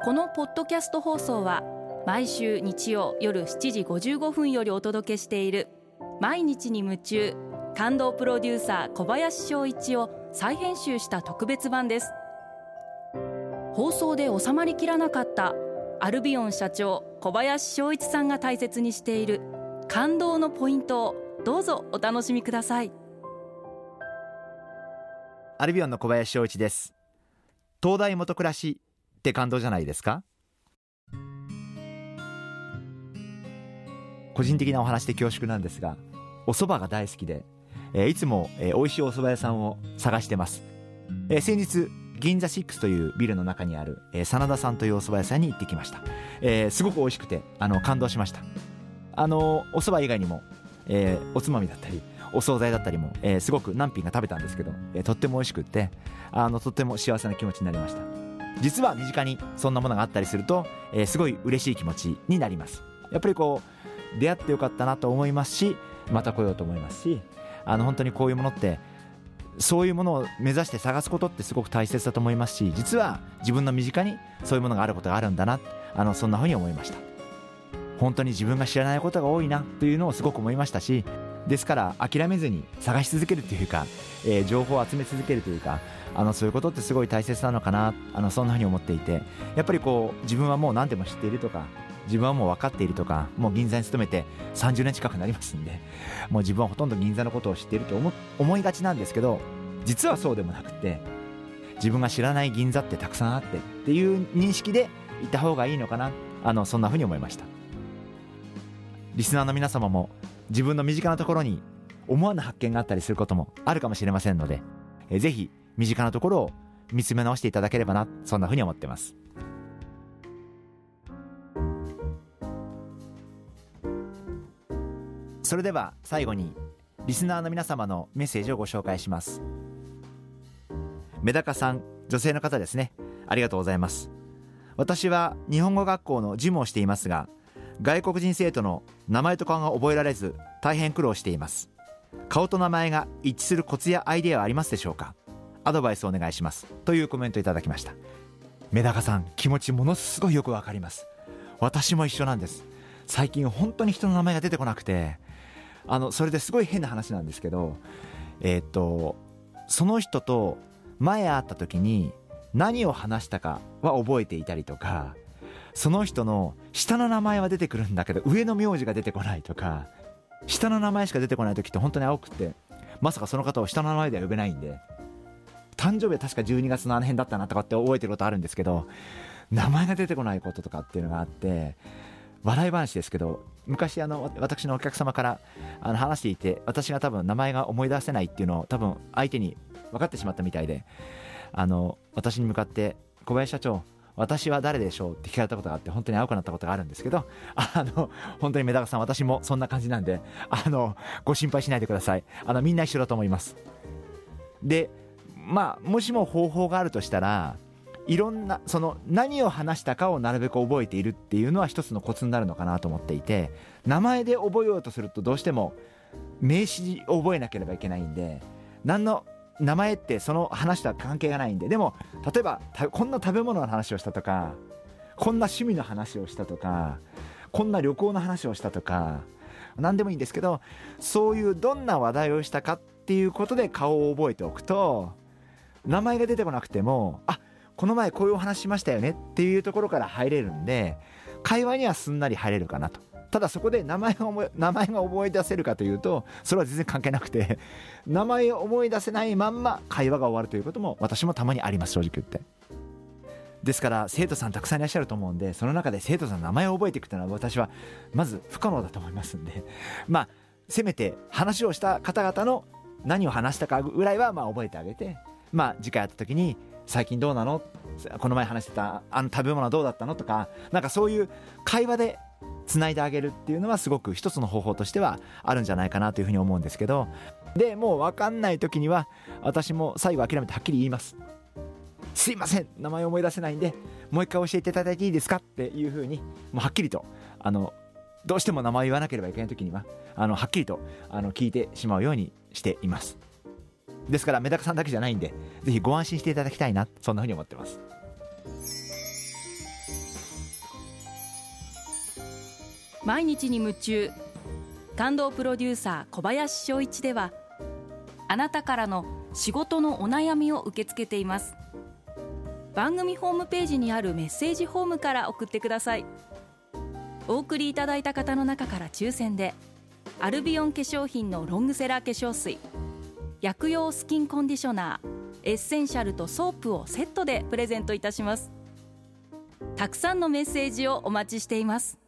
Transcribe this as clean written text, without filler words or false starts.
このポッドキャスト放送は毎週日曜夜7時55分よりお届けしている毎日に夢中感動プロデューサー小林翔一を再編集した特別版です。放送で収まりきらなかったアルビオン社長小林翔一さんが大切にしている感動のポイントをどうぞお楽しみください。 アルビオンの小林翔一です。東大元暮らしって感動じゃないですか。個人的なお話で恐縮なんですが、お蕎麦が大好きで、いつも、美味しいお蕎麦屋さんを探してます。先日銀座6というビルの中にある、真田さんというお蕎麦屋さんに行ってきました。すごく美味しくて感動しました。お蕎麦以外にも、おつまみだったりお惣菜だったりも、すごく何品か食べたんですけど、とっても美味しくってとっても幸せな気持ちになりました。実は身近にそんなものがあったりすると、すごい嬉しい気持ちになります。やっぱりこう出会ってよかったなと思いますし、また来ようと思いますし、本当にこういうものってそういうものを目指して探すことってすごく大切だと思いますし、実は自分の身近にそういうものがあることがあるんだな、そんなふうに思いました。本当に自分が知らないことが多いなというのをすごく思いましたし、ですから諦めずに探し続けるというか、情報を集め続けるというか、そういうことってすごい大切なのかな、そんなふうに思っていて、やっぱりこう自分はもう何でも知っているとか、自分はもう分かっているとか、もう銀座に勤めて30年近くなりますんで、もう自分はほとんど銀座のことを知っていると思いがちなんですけど、実はそうでもなくて、自分が知らない銀座ってたくさんあってっていう認識でいた方がいいのかな、そんなふうに思いました。リスナーの皆様も自分の身近なところに思わぬ発見があったりすることもあるかもしれませんので、ぜひ身近なところを見つめ直していただければな、そんなふうに思ってます。それでは最後にリスナーの皆様のメッセージをご紹介します。メダカさん、女性の方ですね。ありがとうございます。私は日本語学校の事務をしていますが、外国人生徒の名前と顔が覚えられず大変苦労しています。顔と名前が一致するコツやアイデアはありますでしょうか。アドバイスをお願いします、というコメントいただきました。メダカさん、気持ちものすごいよくわかります。私も一緒なんです。最近本当に人の名前が出てこなくて、それですごい変な話なんですけど、その人と前会った時に何を話したかは覚えていたりとか、その人の下の名前は出てくるんだけど上の名字が出てこないとか、下の名前しか出てこない時って本当に青くて、まさかその方を下の名前では呼べないんで、誕生日は確か12月の辺だったなとかって覚えてることあるんですけど、名前が出てこないこととかっていうのがあって、笑い話ですけど、昔私のお客様から話していて、私が多分名前が思い出せないっていうのを多分相手に分かってしまったみたいで、私に向かって小林社長、私は誰でしょうって聞かれたことがあって、本当に青くなったことがあるんですけど、本当にメダカさん、私もそんな感じなんで、ご心配しないでください。みんな一緒だと思います。で、もしも方法があるとしたら、いろんな何を話したかをなるべく覚えているっていうのは一つのコツになるのかなと思っていて、名前で覚えようとするとどうしても名詞を覚えなければいけないんで、何の名前ってその話とは関係がないんで、でも例えばこんな食べ物の話をしたとか、こんな趣味の話をしたとか、こんな旅行の話をしたとか、何でもいいんですけど、そういうどんな話題をしたかっていうことで顔を覚えておくと、名前が出てこなくても、この前こういうお話しましたよねっていうところから入れるんで、会話にはすんなり入れるかなと。ただそこで名前が思い出せるかというと、それは全然関係なくて、名前を思い出せないまんま会話が終わるということも私もたまにあります、正直言って。ですから生徒さんたくさんいらっしゃると思うんで、その中で生徒さんの名前を覚えていくというのは私はまず不可能だと思いますんで、せめて話をした方々の何を話したかぐらいは覚えてあげて、次回会った時に最近どうなの、この前話してた食べ物はどうだったのとか、なんかそういう会話でつないであげるっていうのはすごく一つの方法としてはあるんじゃないかなというふうに思うんですけど、でもう分かんない時には私も最後諦めてはっきり言います。すいません、名前思い出せないんでもう一回教えていただいていいですかっていうふうに、もうはっきりとどうしても名前言わなければいけない時にははっきりと聞いてしまうようにしています。ですからメダカさんだけじゃないんで、ぜひご安心していただきたいな、そんなふうに思ってます。 毎日に夢中感動プロデューサー小林翔一では、あなたからの仕事のお悩みを受け付けています。番組ホームページにあるメッセージフォームから送ってください。お送りいただいた方の中から抽選でアルビオン化粧品のロングセラー化粧水、薬用スキンコンディショナー、エッセンシャルとソープをセットでプレゼントいたします。たくさんのメッセージをお待ちしています。